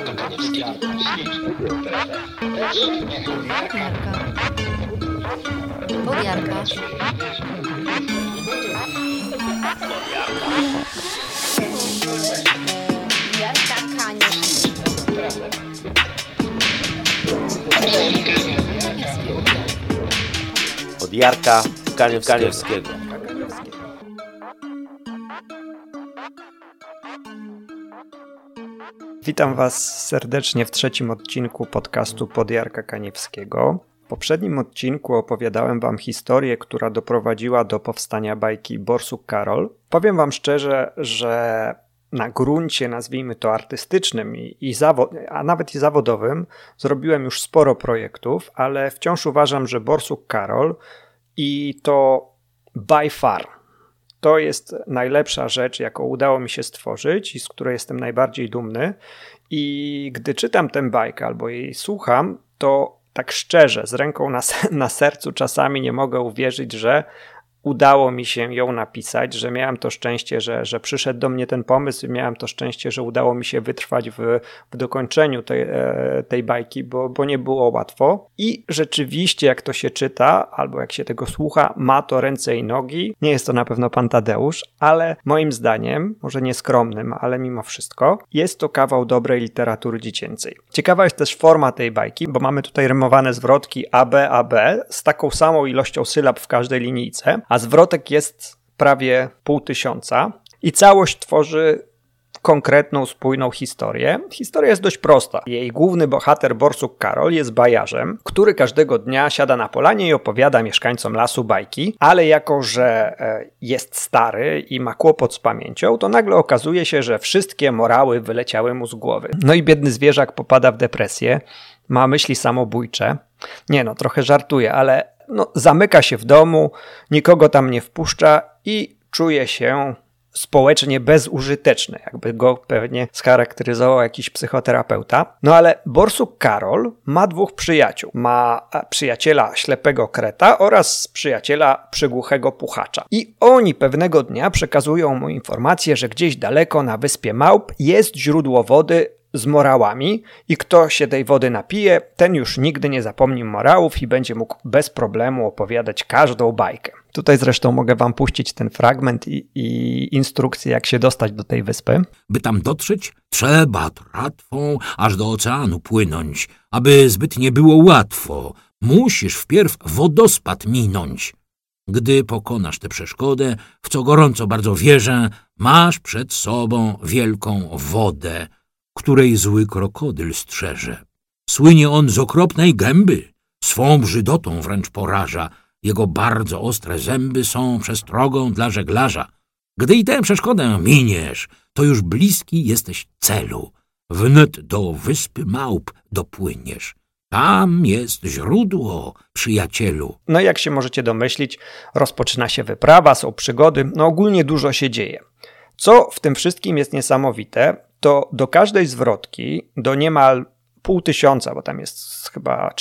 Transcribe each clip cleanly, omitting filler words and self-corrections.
Podjarka. Od Jarka Kaniewskiego. Witam Was serdecznie w trzecim odcinku podcastu Pod Jarka Kaniewskiego. W poprzednim odcinku opowiadałem Wam historię, która doprowadziła do powstania bajki Borsuk Karol. Powiem Wam szczerze, że na gruncie, nazwijmy to artystycznym a nawet i zawodowym, zrobiłem już sporo projektów, ale wciąż uważam, że Borsuk Karol i to by far to jest najlepsza rzecz, jaką udało mi się stworzyć i z której jestem najbardziej dumny. I gdy czytam tę bajkę albo jej słucham, to tak szczerze, z ręką na sercu czasami nie mogę uwierzyć, że udało mi się ją napisać, że miałem to szczęście, że przyszedł do mnie ten pomysł i miałem to szczęście, że udało mi się wytrwać w dokończeniu tej bajki, bo nie było łatwo. I rzeczywiście, jak to się czyta, albo jak się tego słucha, ma to ręce i nogi. Nie jest to na pewno Pan Tadeusz, ale moim zdaniem, może nieskromnym, ale mimo wszystko, jest to kawał dobrej literatury dziecięcej. Ciekawa jest też forma tej bajki, bo mamy tutaj rymowane zwrotki AB z taką samą ilością sylab w każdej linijce, a zwrotek jest prawie 500 i całość tworzy konkretną, spójną historię. Historia jest dość prosta. Jej główny bohater Borsuk Karol jest bajarzem, który każdego dnia siada na polanie i opowiada mieszkańcom lasu bajki, ale jako że jest stary i ma kłopot z pamięcią, to nagle okazuje się, że wszystkie morały wyleciały mu z głowy. No i biedny zwierzak popada w depresję, ma myśli samobójcze. Trochę żartuję, ale zamyka się w domu, nikogo tam nie wpuszcza i czuje się społecznie bezużyteczny, jakby go pewnie scharakteryzował jakiś psychoterapeuta. Ale Borsuk Karol ma dwóch przyjaciół. Ma przyjaciela ślepego kreta oraz przyjaciela przygłuchego puchacza. I oni pewnego dnia przekazują mu informację, że gdzieś daleko na wyspie Małp jest źródło wody z morałami i kto się tej wody napije, ten już nigdy nie zapomni morałów i będzie mógł bez problemu opowiadać każdą bajkę. Tutaj zresztą mogę Wam puścić ten fragment i instrukcję, jak się dostać do tej wyspy. By tam dotrzeć, trzeba tratwą aż do oceanu płynąć. Aby zbyt nie było łatwo, musisz wpierw wodospad minąć. Gdy pokonasz tę przeszkodę, w co gorąco bardzo wierzę, masz przed sobą wielką wodę, której zły krokodyl strzeże. Słynie on z okropnej gęby, swą brzydotą wręcz poraża. Jego bardzo ostre zęby są przestrogą dla żeglarza. Gdy i tę przeszkodę miniesz, to już bliski jesteś celu. Wnet do wyspy Małp dopłyniesz. Tam jest źródło, przyjacielu. Jak się możecie domyślić, rozpoczyna się wyprawa, są przygody, ogólnie dużo się dzieje. Co w tym wszystkim jest niesamowite, to do każdej zwrotki, do niemal 500, bo tam jest chyba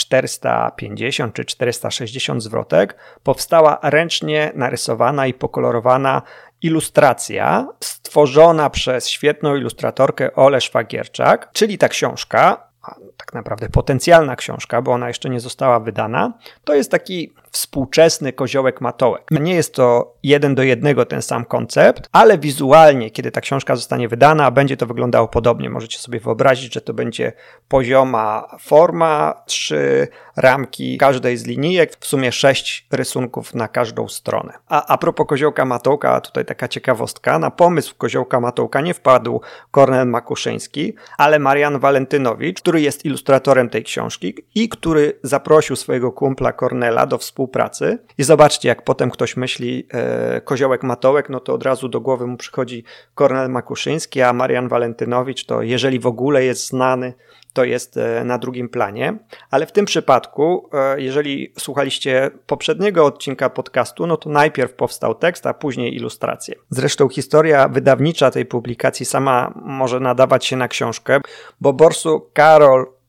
450 czy 460 zwrotek, powstała ręcznie narysowana i pokolorowana ilustracja stworzona przez świetną ilustratorkę Olę Szwagierczak, czyli ta książka, tak naprawdę potencjalna książka, bo ona jeszcze nie została wydana, to jest taki współczesny koziołek matołek. Nie jest to 1:1 ten sam koncept, ale wizualnie, kiedy ta książka zostanie wydana, będzie to wyglądało podobnie. Możecie sobie wyobrazić, że to będzie pozioma forma, 3 ramki każdej z linijek, w sumie 6 rysunków na każdą stronę. A propos koziołka matołka, tutaj taka ciekawostka, na pomysł koziołka matołka nie wpadł Kornel Makuszyński, ale Marian Walentynowicz, który jest ilustratorem tej książki i który zaprosił swojego kumpla Kornela do współpracy. I zobaczcie, jak potem ktoś myśli koziołek matołek, to od razu do głowy mu przychodzi Kornel Makuszyński, a Marian Walentynowicz to, jeżeli w ogóle jest znany, to jest na drugim planie. Ale w tym przypadku, jeżeli słuchaliście poprzedniego odcinka podcastu, to najpierw powstał tekst, a później ilustracje. Zresztą historia wydawnicza tej publikacji sama może nadawać się na książkę, bo Borsuk Karol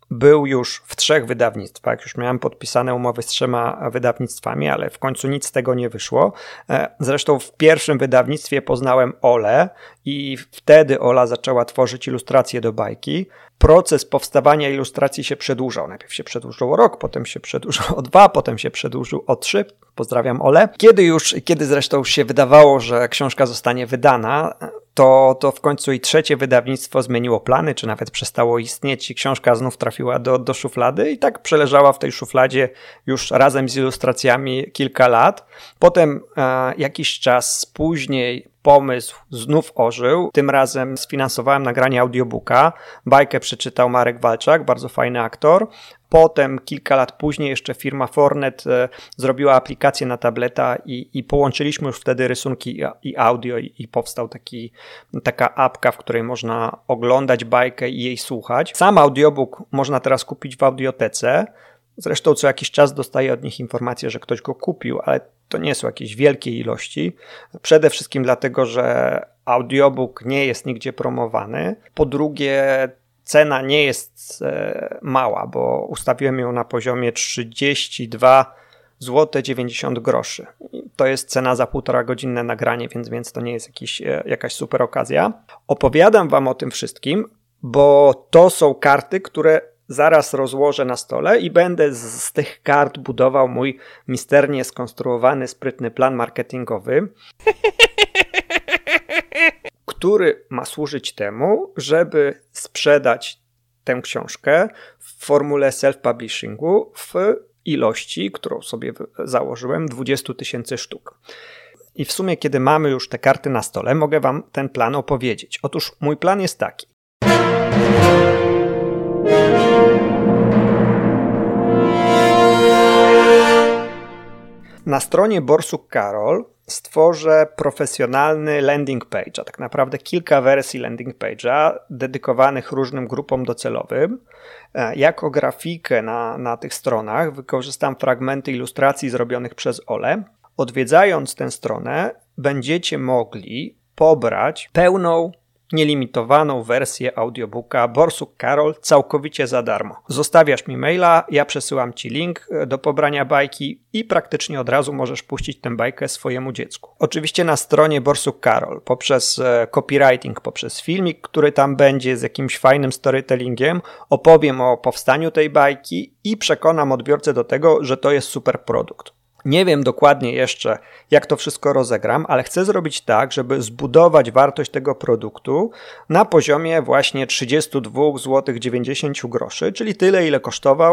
był już w 3 wydawnictwach. Już miałem podpisane umowy z 3 wydawnictwami, ale w końcu nic z tego nie wyszło. Zresztą w pierwszym wydawnictwie poznałem Olę i wtedy Ola zaczęła tworzyć ilustracje do bajki. Proces powstawania ilustracji się przedłużał. Najpierw się przedłużył o rok, potem się przedłużył o 2, potem się przedłużył o 3. Pozdrawiam Olę. Kiedy zresztą się wydawało, że książka zostanie wydana, to w końcu i 3 wydawnictwo zmieniło plany, czy nawet przestało istnieć i książka znów trafiła do szuflady i tak przeleżała w tej szufladzie już razem z ilustracjami kilka lat. Potem jakiś czas później pomysł znów ożył. Tym razem sfinansowałem nagranie audiobooka. Bajkę przeczytał Marek Walczak, bardzo fajny aktor. Potem kilka lat później jeszcze firma Fornet zrobiła aplikację na tableta i połączyliśmy już wtedy rysunki i audio i powstał taka apka, w której można oglądać bajkę i jej słuchać. Sam audiobook można teraz kupić w audiotece. Zresztą co jakiś czas dostaję od nich informację, że ktoś go kupił, ale to nie są jakieś wielkie ilości. Przede wszystkim dlatego, że audiobook nie jest nigdzie promowany. Po drugie, cena nie jest mała, bo ustawiłem ją na poziomie 32 zł 90 groszy. To jest cena za 1,5-godzinne nagranie, więc to nie jest jakaś super okazja. Opowiadam wam o tym wszystkim, bo to są karty, które zaraz rozłożę na stole i będę z tych kart budował mój misternie skonstruowany, sprytny plan marketingowy, który ma służyć temu, żeby sprzedać tę książkę w formule self-publishingu w ilości, którą sobie założyłem, 20 000 sztuk. I w sumie, kiedy mamy już te karty na stole, mogę wam ten plan opowiedzieć. Otóż mój plan jest taki. Na stronie Borsuk Karol stworzę profesjonalny landing page, a tak naprawdę kilka wersji landing page'a dedykowanych różnym grupom docelowym. Jako grafikę na tych stronach wykorzystam fragmenty ilustracji zrobionych przez Olę. Odwiedzając tę stronę będziecie mogli pobrać pełną, nielimitowaną wersję audiobooka Borsuk Karol całkowicie za darmo. Zostawiasz mi maila, ja przesyłam ci link do pobrania bajki i praktycznie od razu możesz puścić tę bajkę swojemu dziecku. Oczywiście na stronie Borsuk Karol poprzez copywriting, poprzez filmik, który tam będzie z jakimś fajnym storytellingiem, opowiem o powstaniu tej bajki i przekonam odbiorcę do tego, że to jest super produkt. Nie wiem dokładnie jeszcze, jak to wszystko rozegram, ale chcę zrobić tak, żeby zbudować wartość tego produktu na poziomie właśnie 32,90 zł, czyli tyle, ile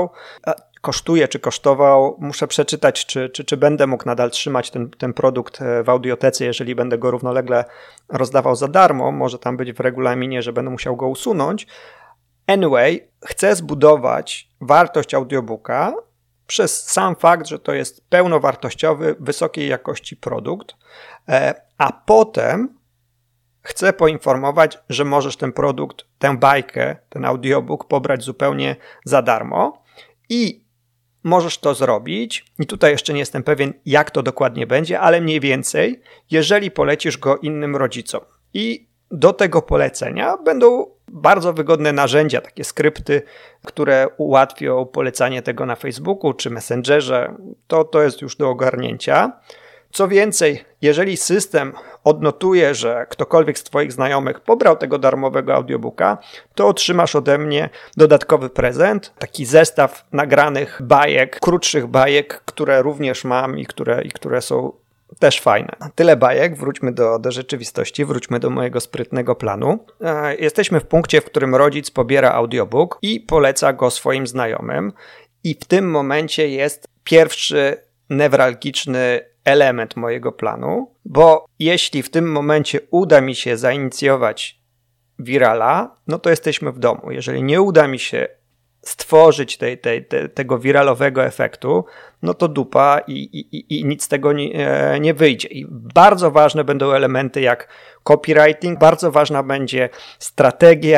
kosztował. Muszę przeczytać, czy będę mógł nadal trzymać ten produkt w audiotece, jeżeli będę go równolegle rozdawał za darmo. Może tam być w regulaminie, że będę musiał go usunąć. Anyway, chcę zbudować wartość audiobooka przez sam fakt, że to jest pełnowartościowy, wysokiej jakości produkt, a potem chcę poinformować, że możesz ten produkt, tę bajkę, ten audiobook pobrać zupełnie za darmo i możesz to zrobić. I tutaj jeszcze nie jestem pewien, jak to dokładnie będzie, ale mniej więcej, jeżeli polecisz go innym rodzicom. I do tego polecenia będą bardzo wygodne narzędzia, takie skrypty, które ułatwią polecanie tego na Facebooku czy Messengerze. To jest już do ogarnięcia. Co więcej, jeżeli system odnotuje, że ktokolwiek z twoich znajomych pobrał tego darmowego audiobooka, to otrzymasz ode mnie dodatkowy prezent, taki zestaw nagranych bajek, krótszych bajek, które również mam i które są też fajne. Tyle bajek, wróćmy do rzeczywistości, wróćmy do mojego sprytnego planu. Jesteśmy w punkcie, w którym rodzic pobiera audiobook i poleca go swoim znajomym i w tym momencie jest pierwszy newralgiczny element mojego planu, bo jeśli w tym momencie uda mi się zainicjować virala, no to jesteśmy w domu. Jeżeli nie uda mi się stworzyć tego wiralowego efektu, no to dupa i nic z tego nie wyjdzie. I bardzo ważne będą elementy jak copywriting, bardzo ważna będzie strategia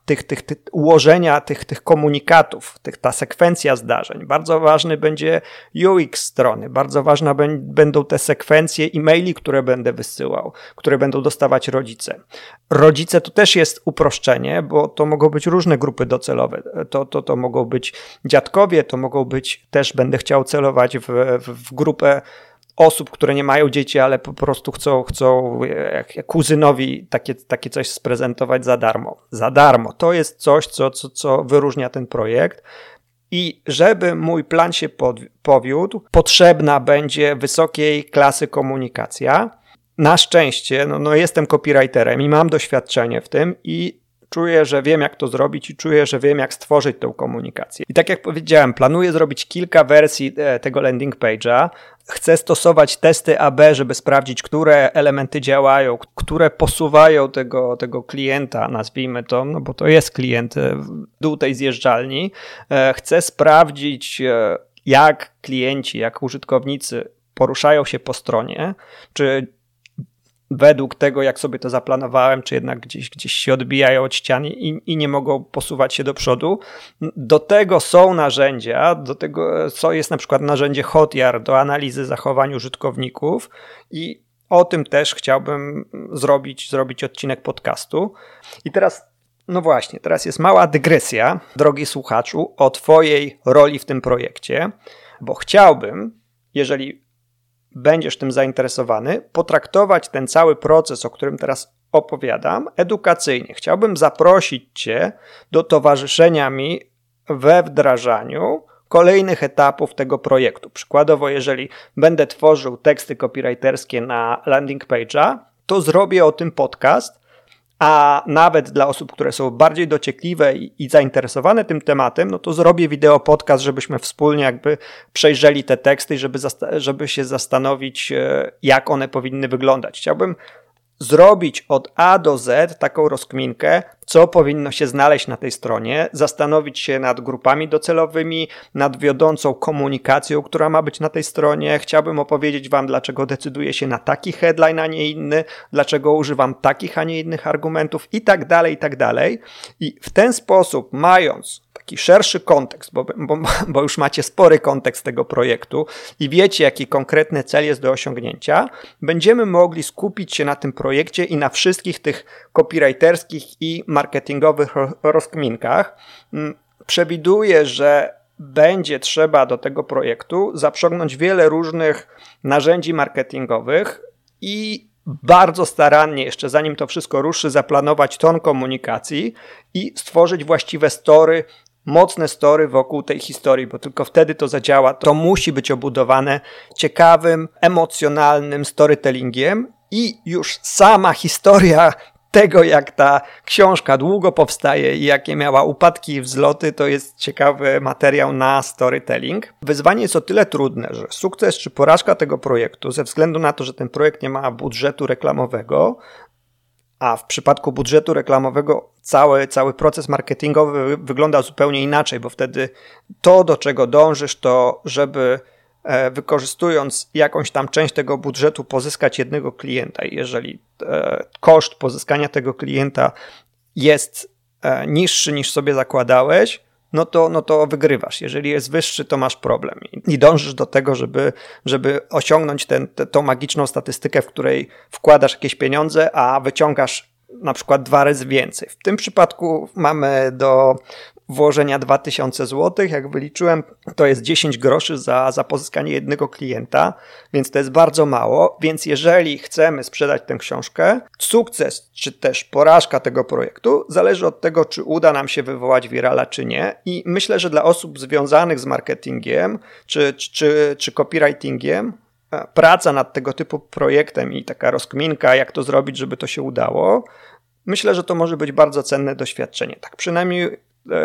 ułożenia tych komunikatów, ta sekwencja zdarzeń. Bardzo ważny będzie UX strony, bardzo ważne będą te sekwencje e-maili, które będę wysyłał, które będą dostawać rodzice. Rodzice to też jest uproszczenie, bo to mogą być różne grupy docelowe. To mogą być dziadkowie, to mogą być też, będę chciał celować w grupę osób, które nie mają dzieci, ale po prostu chcą jak kuzynowi takie coś sprezentować za darmo. Za darmo. To jest coś, co wyróżnia ten projekt. I żeby mój plan się powiódł, potrzebna będzie wysokiej klasy komunikacja. Na szczęście, jestem copywriterem i mam doświadczenie w tym i czuję, że wiem, jak to zrobić i czuję, że wiem, jak stworzyć tę komunikację. I tak jak powiedziałem, planuję zrobić kilka wersji tego landing page'a. Chcę stosować testy AB, żeby sprawdzić, które elementy działają, które posuwają tego klienta, nazwijmy to, bo to jest klient w dół tej zjeżdżalni. Chcę sprawdzić, jak klienci, jak użytkownicy poruszają się po stronie, czy według tego, jak sobie to zaplanowałem, czy jednak gdzieś się odbijają od ścian i nie mogą posuwać się do przodu. Do tego są narzędzia, jest na przykład narzędzie Hotjar do analizy zachowań użytkowników i o tym też chciałbym zrobić odcinek podcastu. I teraz, teraz jest mała dygresja, drogi słuchaczu, o twojej roli w tym projekcie, bo chciałbym, jeżeli będziesz tym zainteresowany, potraktować ten cały proces, o którym teraz opowiadam, edukacyjnie. Chciałbym zaprosić cię do towarzyszenia mi we wdrażaniu kolejnych etapów tego projektu. Przykładowo, jeżeli będę tworzył teksty copywriterskie na landing page'a, to zrobię o tym podcast, a nawet dla osób, które są bardziej dociekliwe i zainteresowane tym tematem, to zrobię wideo podcast, żebyśmy wspólnie jakby przejrzeli te teksty i żeby się zastanowić, jak one powinny wyglądać. Chciałbym zrobić od A do Z taką rozkminkę, co powinno się znaleźć na tej stronie, zastanowić się nad grupami docelowymi, nad wiodącą komunikacją, która ma być na tej stronie. Chciałbym opowiedzieć wam, dlaczego decyduję się na taki headline, a nie inny, dlaczego używam takich, a nie innych argumentów i tak dalej, i tak dalej. I w ten sposób, mając taki szerszy kontekst, bo już macie spory kontekst tego projektu i wiecie, jaki konkretny cel jest do osiągnięcia, będziemy mogli skupić się na tym projekcie i na wszystkich tych copywriterskich i marketingowych rozkminkach. Przewiduję, że będzie trzeba do tego projektu zaprzągnąć wiele różnych narzędzi marketingowych i bardzo starannie, jeszcze zanim to wszystko ruszy, zaplanować ton komunikacji i stworzyć właściwe story, mocne story wokół tej historii, bo tylko wtedy to zadziała. To musi być obudowane ciekawym, emocjonalnym storytellingiem i już sama historia tego, jak ta książka długo powstaje i jakie miała upadki i wzloty, to jest ciekawy materiał na storytelling. Wyzwanie jest o tyle trudne, że sukces czy porażka tego projektu, ze względu na to, że ten projekt nie ma budżetu reklamowego, a w przypadku budżetu reklamowego cały proces marketingowy wygląda zupełnie inaczej, bo wtedy to, do czego dążysz, to żeby wykorzystując jakąś tam część tego budżetu pozyskać jednego klienta. I jeżeli koszt pozyskania tego klienta jest niższy niż sobie zakładałeś, no to wygrywasz. Jeżeli jest wyższy, to masz problem. I dążysz do tego, żeby osiągnąć tą magiczną statystykę, w której wkładasz jakieś pieniądze, a wyciągasz na przykład 2 razy więcej. W tym przypadku mamy do włożenia 2000 zł, jak wyliczyłem, to jest 10 groszy za pozyskanie jednego klienta, więc to jest bardzo mało, więc jeżeli chcemy sprzedać tę książkę, sukces czy też porażka tego projektu zależy od tego, czy uda nam się wywołać virala, czy nie i myślę, że dla osób związanych z marketingiem czy copywritingiem praca nad tego typu projektem i taka rozkminka, jak to zrobić, żeby to się udało, myślę, że to może być bardzo cenne doświadczenie. Tak przynajmniej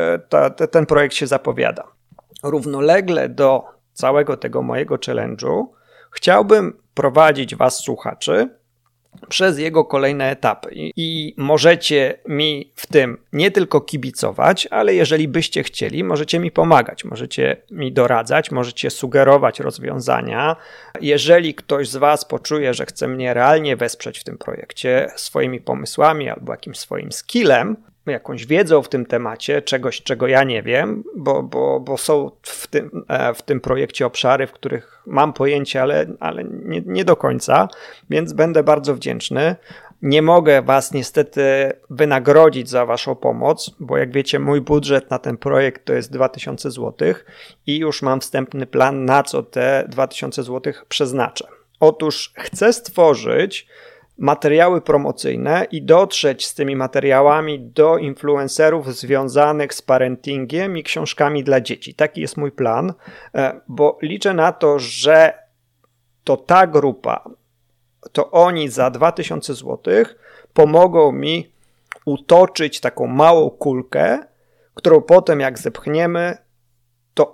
ten projekt się zapowiada. Równolegle do całego tego mojego challenge'u chciałbym prowadzić was, słuchaczy, przez jego kolejne etapy. I możecie mi w tym nie tylko kibicować, ale jeżeli byście chcieli, możecie mi pomagać, możecie mi doradzać, możecie sugerować rozwiązania. Jeżeli ktoś z was poczuje, że chce mnie realnie wesprzeć w tym projekcie swoimi pomysłami albo jakimś swoim skillem, jakąś wiedzą w tym temacie, czegoś, czego ja nie wiem, bo są w tym projekcie obszary, w których mam pojęcie, ale nie do końca, więc będę bardzo wdzięczny. Nie mogę was niestety wynagrodzić za waszą pomoc, bo jak wiecie, mój budżet na ten projekt to jest 2000 zł i już mam wstępny plan, na co te 2000 zł przeznaczę. Otóż chcę stworzyć materiały promocyjne i dotrzeć z tymi materiałami do influencerów związanych z parentingiem i książkami dla dzieci. Taki jest mój plan, bo liczę na to, że to ta grupa, to oni za 2000 zł pomogą mi utoczyć taką małą kulkę, którą potem jak zepchniemy, to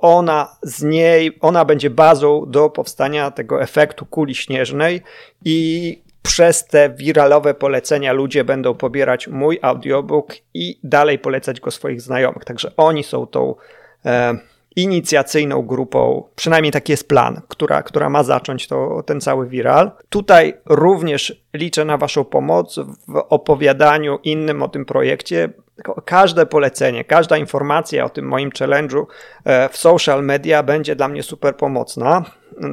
ona będzie bazą do powstania tego efektu kuli śnieżnej i przez te wiralowe polecenia ludzie będą pobierać mój audiobook i dalej polecać go swoich znajomych. Także oni są tą inicjacyjną grupą, przynajmniej taki jest plan, która ma zacząć ten cały viral. Tutaj również liczę na waszą pomoc w opowiadaniu innym o tym projekcie. Każde polecenie, każda informacja o tym moim challenge'u w social media będzie dla mnie super pomocna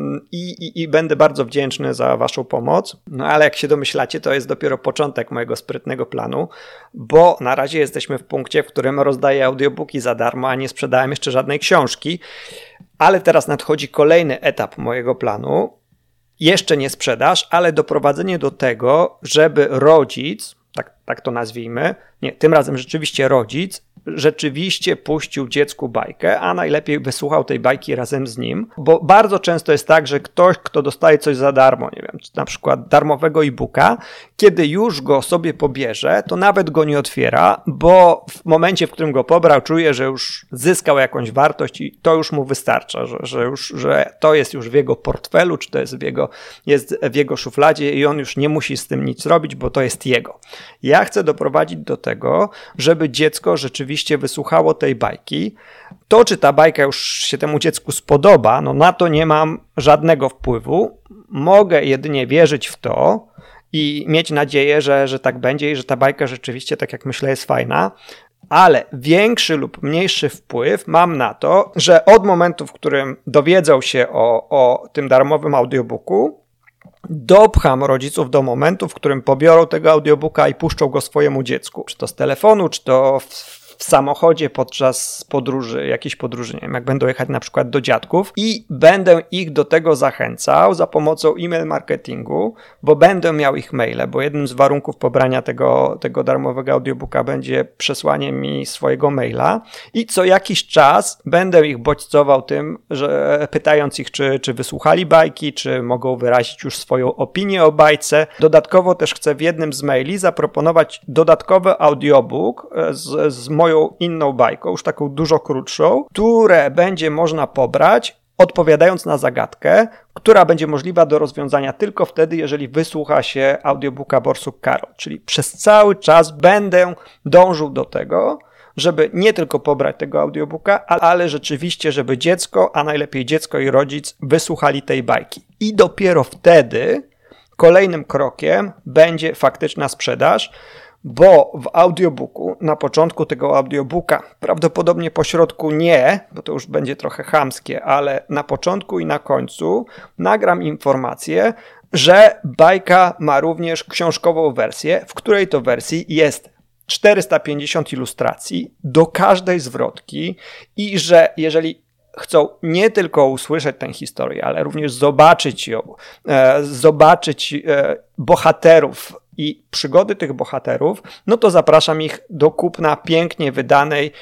i będę bardzo wdzięczny za waszą pomoc. No ale jak się domyślacie, to jest dopiero początek mojego sprytnego planu, bo na razie jesteśmy w punkcie, w którym rozdaję audiobooki za darmo, a nie sprzedałem jeszcze żadnej książki. Ale teraz nadchodzi kolejny etap mojego planu. Jeszcze nie sprzedaż, ale doprowadzenie do tego, żeby rodzic, tak to nazwijmy, nie, tym razem rzeczywiście rodzic, rzeczywiście puścił dziecku bajkę, a najlepiej wysłuchał tej bajki razem z nim, bo bardzo często jest tak, że ktoś, kto dostaje coś za darmo, nie wiem, na przykład darmowego e-booka, kiedy już go sobie pobierze, to nawet go nie otwiera, bo w momencie, w którym go pobrał, czuje, że już zyskał jakąś wartość i to już mu wystarcza, że to jest już w jego portfelu, czy to jest w jego szufladzie i on już nie musi z tym nic robić, bo to jest jego. Ja chcę doprowadzić do tego, żeby dziecko rzeczywiście wysłuchało tej bajki. To, czy ta bajka już się temu dziecku spodoba, no na to nie mam żadnego wpływu. Mogę jedynie wierzyć w to i mieć nadzieję, że tak będzie i że ta bajka rzeczywiście, tak jak myślę, jest fajna. Ale większy lub mniejszy wpływ mam na to, że od momentu, w którym dowiedzą się o tym darmowym audiobooku, dopcham rodziców do momentu, w którym pobiorą tego audiobooka i puszczą go swojemu dziecku. Czy to z telefonu, czy to w samochodzie podczas podróży, jakiejś podróży, nie wiem, jak będą jechać na przykład do dziadków i będę ich do tego zachęcał za pomocą e-mail marketingu, bo będę miał ich maile, bo jednym z warunków pobrania tego darmowego audiobooka będzie przesłanie mi swojego maila i co jakiś czas będę ich bodźcował tym, że pytając ich, czy wysłuchali bajki, czy mogą wyrazić już swoją opinię o bajce. Dodatkowo też chcę w jednym z maili zaproponować dodatkowy audiobook z moją inną bajką, już taką dużo krótszą, które będzie można pobrać, odpowiadając na zagadkę, która będzie możliwa do rozwiązania tylko wtedy, jeżeli wysłucha się audiobooka Borsuk Karol. Czyli przez cały czas będę dążył do tego, żeby nie tylko pobrać tego audiobooka, ale rzeczywiście, żeby dziecko, a najlepiej dziecko i rodzic wysłuchali tej bajki. I dopiero wtedy kolejnym krokiem będzie faktyczna sprzedaż, bo w audiobooku, na początku tego audiobooka, prawdopodobnie po środku nie, bo to już będzie trochę chamskie, ale na początku i na końcu nagram informację, że bajka ma również książkową wersję, w której to wersji jest 450 ilustracji do każdej zwrotki i że jeżeli chcą nie tylko usłyszeć tę historię, ale również zobaczyć ją, zobaczyć bohaterów i przygody tych bohaterów, no to zapraszam ich do kupna pięknie wydanej,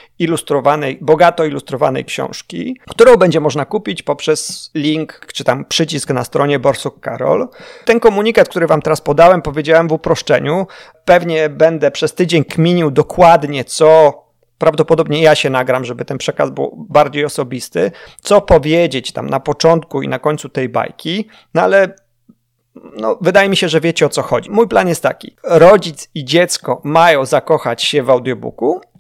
bogato ilustrowanej książki, którą będzie można kupić poprzez link, czy tam przycisk na stronie Borsuk Karol. Ten komunikat, który wam teraz podałem, powiedziałem w uproszczeniu. Pewnie będę przez tydzień kminił dokładnie, co prawdopodobnie ja się nagram, żeby ten przekaz był bardziej osobisty, co powiedzieć tam na początku i na końcu tej bajki, no ale wydaje mi się, że wiecie, o co chodzi. Mój plan jest taki. Rodzic i dziecko mają zakochać się w audiobooku,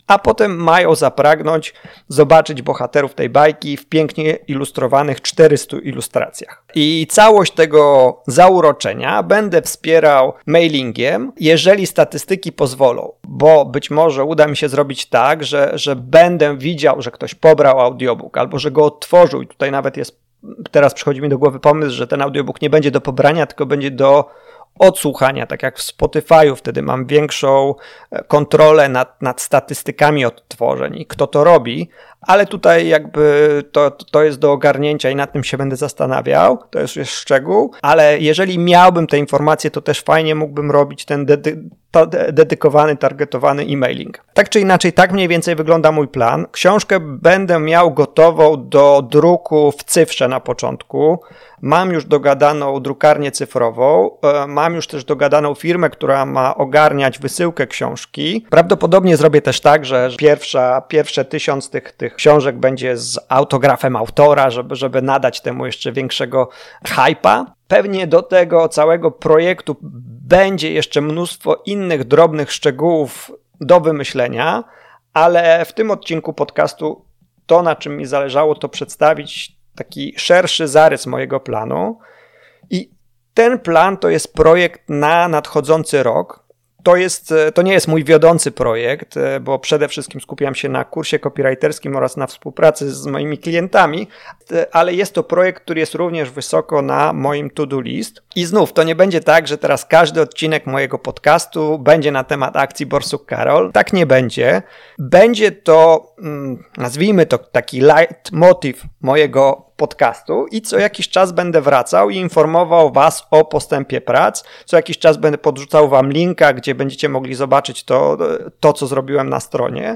a potem mają zapragnąć zobaczyć bohaterów tej bajki w pięknie ilustrowanych 400 ilustracjach. I całość tego zauroczenia będę wspierał mailingiem, jeżeli statystyki pozwolą, bo być może uda mi się zrobić tak, że będę widział, że ktoś pobrał audiobook albo że go odtworzył i tutaj nawet teraz przychodzi mi do głowy pomysł, że ten audiobook nie będzie do pobrania, tylko będzie do odsłuchania, tak jak w Spotify'u, wtedy mam większą kontrolę nad statystykami odtworzeń i kto to robi, ale tutaj jakby to jest do ogarnięcia i nad tym się będę zastanawiał, to jest już szczegół, ale jeżeli miałbym te informacje, to też fajnie mógłbym robić ten dedykowany, targetowany e-mailing. Tak czy inaczej, tak mniej więcej wygląda mój plan. Książkę będę miał gotową do druku w cyfrze na początku. Mam już dogadaną drukarnię cyfrową, mam już też dogadaną firmę, która ma ogarniać wysyłkę książki. Prawdopodobnie zrobię też tak, że pierwsze 1000 tych książek będzie z autografem autora, żeby nadać temu jeszcze większego hype'a. Pewnie do tego całego projektu będzie jeszcze mnóstwo innych drobnych szczegółów do wymyślenia, ale w tym odcinku podcastu to, na czym mi zależało, to przedstawić taki szerszy zarys mojego planu. I ten plan to jest projekt na nadchodzący rok. To nie jest mój wiodący projekt, bo przede wszystkim skupiam się na kursie copywriterskim oraz na współpracy z moimi klientami, ale jest to projekt, który jest również wysoko na moim to-do list. I znów, to nie będzie tak, że teraz każdy odcinek mojego podcastu będzie na temat akcji Borsuk-Carroll. Tak nie będzie. Będzie to, nazwijmy to taki leitmotiv mojego podcastu i co jakiś czas będę wracał i informował Was o postępie prac. Co jakiś czas będę podrzucał Wam linka, gdzie będziecie mogli zobaczyć to co zrobiłem na stronie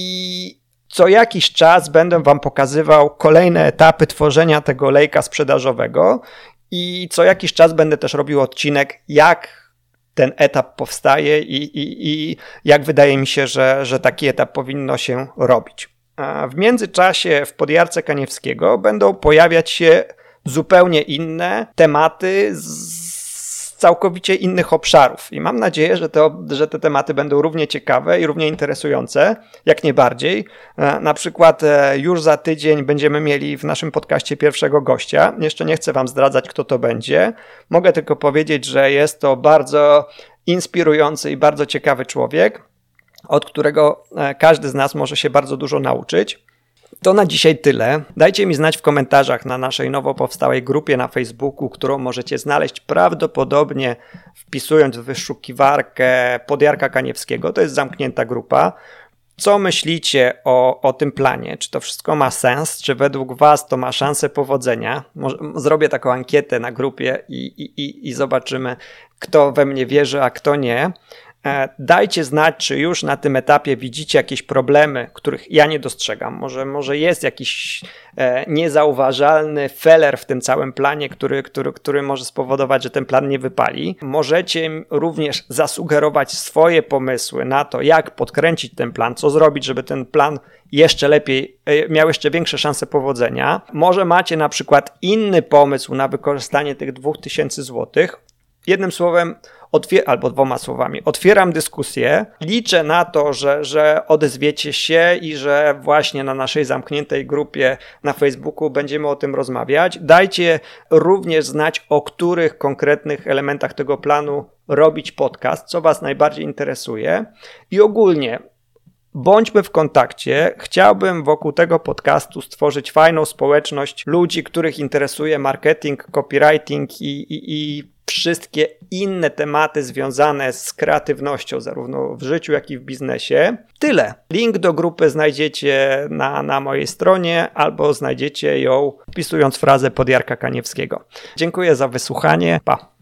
i co jakiś czas będę Wam pokazywał kolejne etapy tworzenia tego lejka sprzedażowego i co jakiś czas będę też robił odcinek, jak ten etap powstaje i jak wydaje mi się, że taki etap powinno się robić. W międzyczasie w Podjarce Kaniewskiego będą pojawiać się zupełnie inne tematy z całkowicie innych obszarów i mam nadzieję, że te tematy będą równie ciekawe i równie interesujące, jak nie bardziej. Na przykład już za tydzień będziemy mieli w naszym podcaście pierwszego gościa. Jeszcze nie chcę Wam zdradzać, kto to będzie. Mogę tylko powiedzieć, że jest to bardzo inspirujący i bardzo ciekawy człowiek, od którego każdy z nas może się bardzo dużo nauczyć. To na dzisiaj tyle. Dajcie mi znać w komentarzach na naszej nowo powstałej grupie na Facebooku, którą możecie znaleźć prawdopodobnie wpisując w wyszukiwarkę Podjarka Kaniewskiego. To jest zamknięta grupa. Co myślicie o tym planie? Czy to wszystko ma sens? Czy według Was to ma szansę powodzenia? Może zrobię taką ankietę na grupie i zobaczymy, kto we mnie wierzy, a kto nie. Dajcie znać, czy już na tym etapie widzicie jakieś problemy, których ja nie dostrzegam. Może jest jakiś niezauważalny feller w tym całym planie, który może spowodować, że ten plan nie wypali. Możecie również zasugerować swoje pomysły na to, jak podkręcić ten plan, co zrobić, żeby ten plan jeszcze lepiej, miał jeszcze większe szanse powodzenia. Może macie na przykład inny pomysł na wykorzystanie tych 2000 zł. Jednym słowem, albo 2 słowami, otwieram dyskusję, liczę na to, że odezwiecie się i że właśnie na naszej zamkniętej grupie na Facebooku będziemy o tym rozmawiać. Dajcie również znać, o których konkretnych elementach tego planu robić podcast, co Was najbardziej interesuje i ogólnie bądźmy w kontakcie. Chciałbym wokół tego podcastu stworzyć fajną społeczność ludzi, których interesuje marketing, copywriting i wszystkie inne tematy związane z kreatywnością, zarówno w życiu, jak i w biznesie. Tyle. Link do grupy znajdziecie na mojej stronie albo znajdziecie ją wpisując frazę Podjarka Kaniewskiego. Dziękuję za wysłuchanie. Pa!